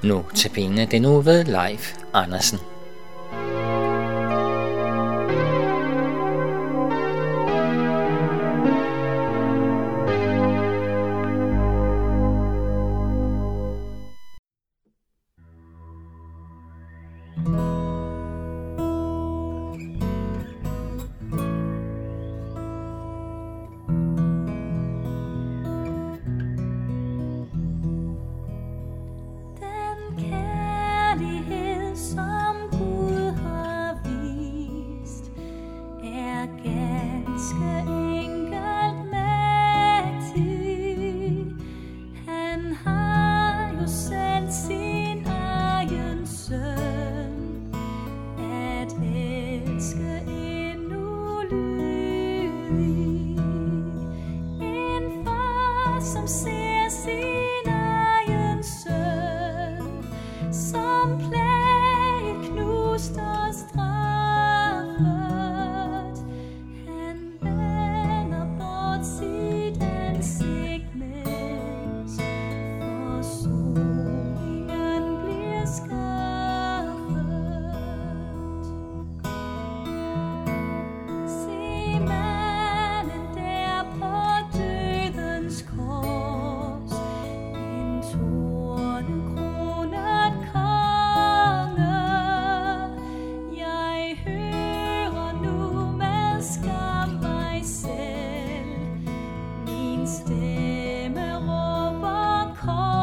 Nu til penge den nu ved Leif Andersen. Som ser sin egen søn, som plaget, knust og straffet. Han vender bort sit ansigt, mens forsoningen bliver skaffet. Se manden der på dødens kors, en tornekronet konge. Jeg hører nu med skam mig selv, min stemme råber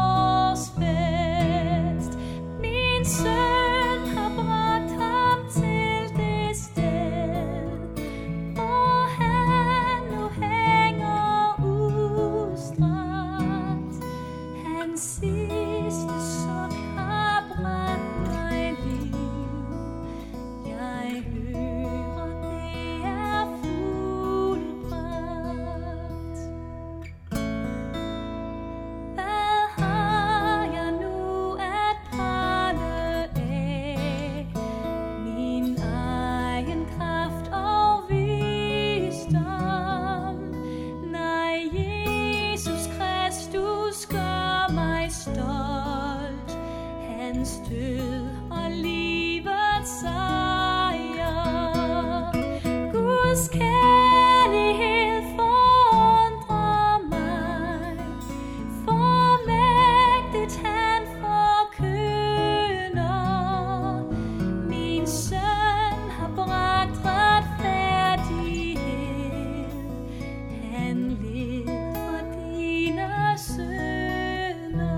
korsfæst. Min søn har bragt ham til det sted, hvor han nu hænger udstrakt. Hans sidste suk har brændt mig liv. Jeg hører, det er fuldbragt. Hvad har jeg nu at prale af? Min egen kraft og visdom. Nej, Jesus Kristus gør mig stolt. Hans død og livets sejr. Guds kærlighed forundrer mig, for mægtigt han forkynder. Min søn har bragt retfærdighed, han led for dine synder.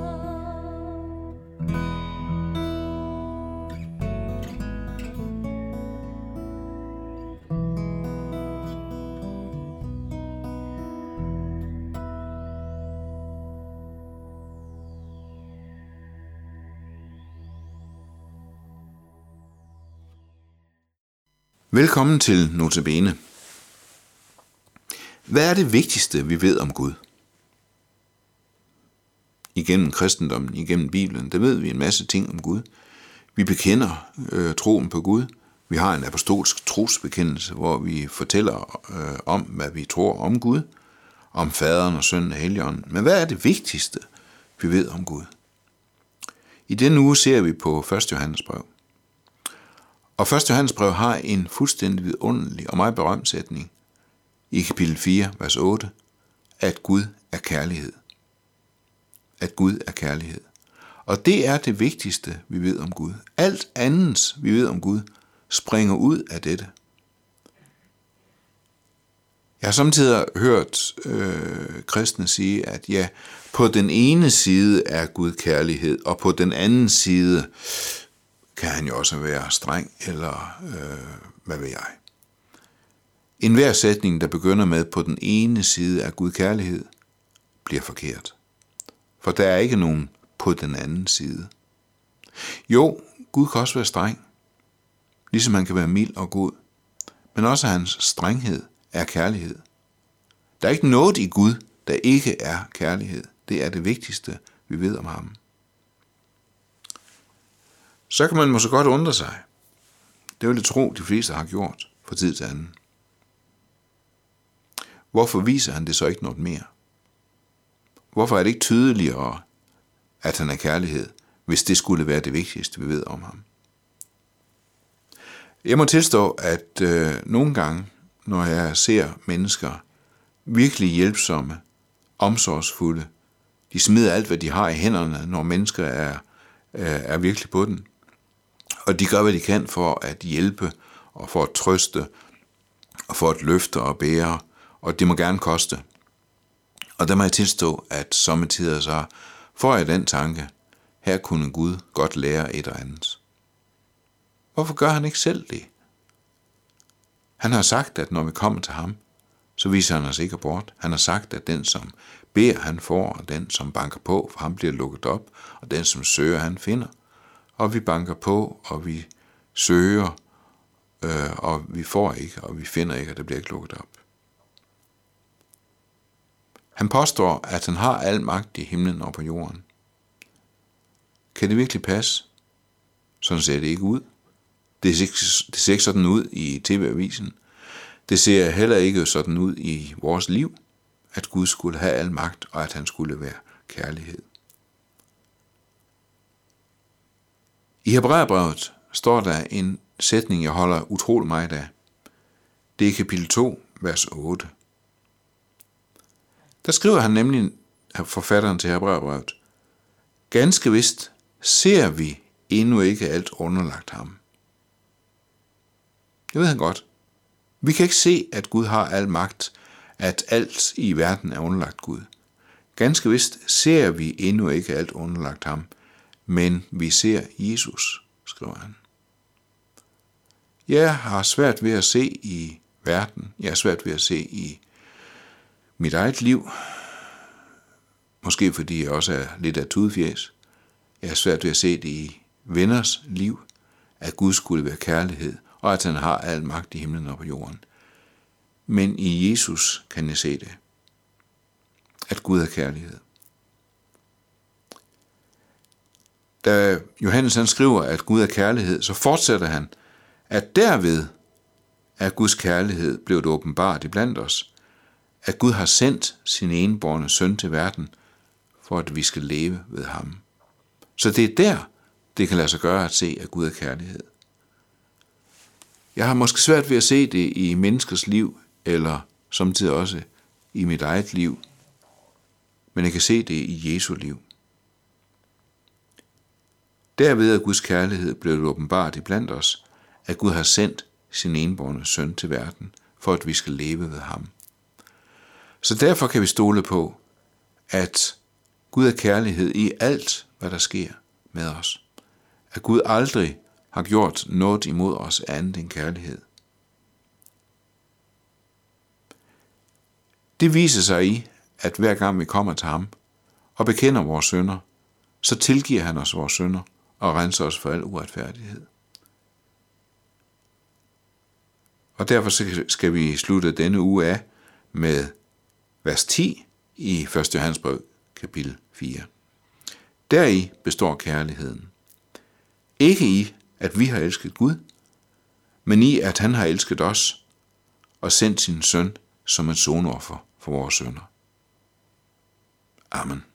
Velkommen til Notabene. Hvad er det vigtigste, vi ved om Gud? Igennem kristendommen, igennem Bibelen, der ved vi en masse ting om Gud. Vi bekender troen på Gud. Vi har en apostolsk trosbekendelse, hvor vi fortæller om, hvad vi tror om Gud, om Faderen og Sønnen og Helligånden. Men hvad er det vigtigste, vi ved om Gud? I denne uge ser vi på 1. Johannes brev. Og 1. Johannes brev har en fuldstændig vidunderlig og meget berømt sætning i kapitel 4, vers 8, at Gud er kærlighed. At Gud er kærlighed. Og det er det vigtigste, vi ved om Gud. Alt andet, vi ved om Gud, springer ud af dette. Jeg har samtidig hørt kristne sige, at ja, på den ene side er Gud kærlighed, og på den anden side kan han jo også være streng, eller hvad ved jeg. En hver sætning, der begynder med, på den ene side er Gud kærlighed, bliver forkert. For der er ikke nogen på den anden side. Jo, Gud kan også være streng, ligesom han kan være mild og god, men også hans strenghed er kærlighed. Der er ikke noget i Gud, der ikke er kærlighed. Det er det vigtigste, vi ved om ham. Så kan man måske godt undre sig. Det vil jeg tro, de fleste har gjort fra tid til anden. Hvorfor viser han det så ikke noget mere? Hvorfor er det ikke tydeligere, at han er kærlighed, hvis det skulle være det vigtigste, vi ved om ham. Jeg må tilstå, at nogle gange, når jeg ser mennesker virkelig hjælpsomme, omsorgsfulde, de smider alt, hvad de har i hænderne, når mennesker er virkelig på den. Og de gør, hvad de kan for at hjælpe, og for at trøste, og for at løfte og bære, og det må gerne koste. Og der må jeg tilstå, at sommetider så får jeg den tanke, her kunne Gud godt lære et og andet. Hvorfor gør han ikke selv det? Han har sagt, at når vi kommer til ham, så viser han os ikke bort. Han har sagt, at den, som beder, han får, og den, som banker på, for ham bliver lukket op, og den, som søger, han finder. Og vi banker på, og vi søger, og vi får ikke, og vi finder ikke, og det bliver ikke lukket op. Han påstår, at han har al magt i himlen og på jorden. Kan det virkelig passe? Sådan ser det ikke ud. Det ser ikke sådan ud i TV-avisen. Det ser heller ikke sådan ud i vores liv, at Gud skulle have al magt, og at han skulle være kærlighed. I Hebræerbrevet står der en sætning, jeg holder utrolig meget af. Det er kapitel 2, vers 8. Der skriver han nemlig, forfatteren til Hebræerbrevet, ganske vist ser vi endnu ikke alt underlagt ham. Det ved han godt. Vi kan ikke se, at Gud har al magt, at alt i verden er underlagt Gud. Ganske vist ser vi endnu ikke alt underlagt ham, men vi ser Jesus, skriver han. Jeg har svært ved at se i verden, jeg har svært ved at se i mit eget liv, måske fordi jeg også er lidt af tudefjæs. Jeg har svært ved at se det i venners liv, at Gud skulle være kærlighed, og at han har al magt i himlen og på jorden. Men i Jesus kan jeg se det, at Gud er kærlighed. Da Johannes han skriver, at Gud er kærlighed, så fortsætter han, at derved er Guds kærlighed blevet åbenbart iblandt os, at Gud har sendt sin enbårne søn til verden, for at vi skal leve ved ham. Så det er der, det kan lade sig gøre at se, at Gud er kærlighed. Jeg har måske svært ved at se det i menneskers liv, eller samtidig også i mit eget liv, men jeg kan se det i Jesu liv. Derved er Guds kærlighed blevet åbenbart iblandt os, at Gud har sendt sin enbårne søn til verden, for at vi skal leve ved ham. Så derfor kan vi stole på, at Gud er kærlighed i alt, hvad der sker med os. At Gud aldrig har gjort noget imod os andet end kærlighed. Det viser sig i, at hver gang vi kommer til ham og bekender vores synder, så tilgiver han os vores synder og renser os for al uretfærdighed. Og derfor skal vi slutte denne uge af med vers 10 i 1. Johannes brev, kapitel 4. Deri består kærligheden. Ikke i, at vi har elsket Gud, men i, at han har elsket os og sendt sin søn som et sonoffer for vores synder. Amen.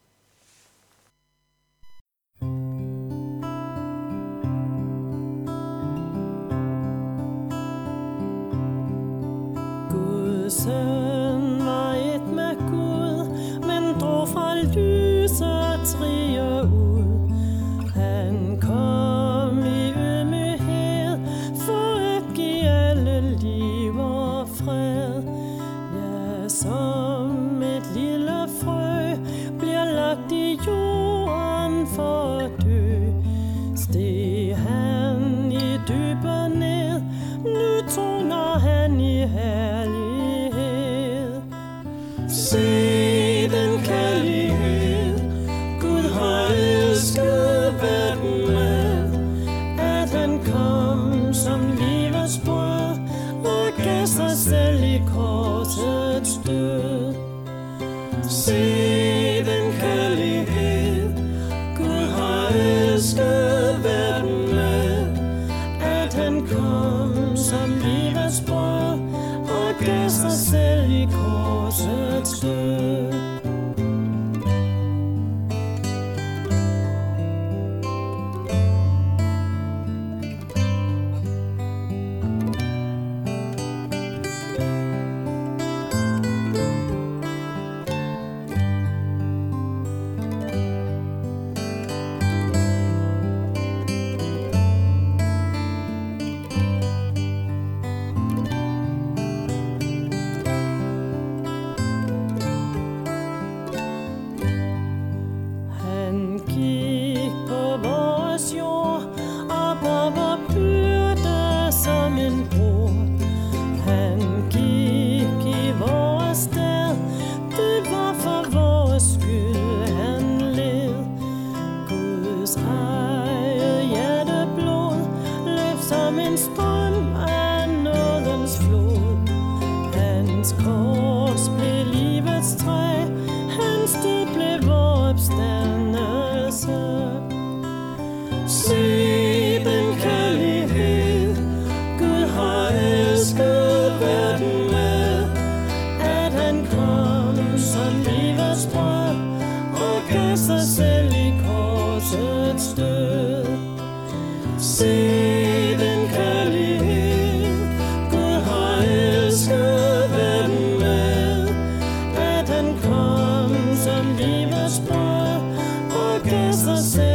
Guds søn var et med Gud, men drog fra lysets rige ud. Han kom i ydmyghed for at give alle liv og fred. Ja, som et lille frø bliver lagt i jorden for at dø, steg han i dybet ned, nu troner han i herlighed. Se den kærlighed, Gud har elsket verden med, at han kom som livets brød og gav sig selv i korsets død. Se den kærlighed, Gud har elsket verden med, at han kom som livets brød og gav sig selv i korsets død. Se den kærlighed, Gud har elsket verden med, at han kom som livets brød og gav sig selv.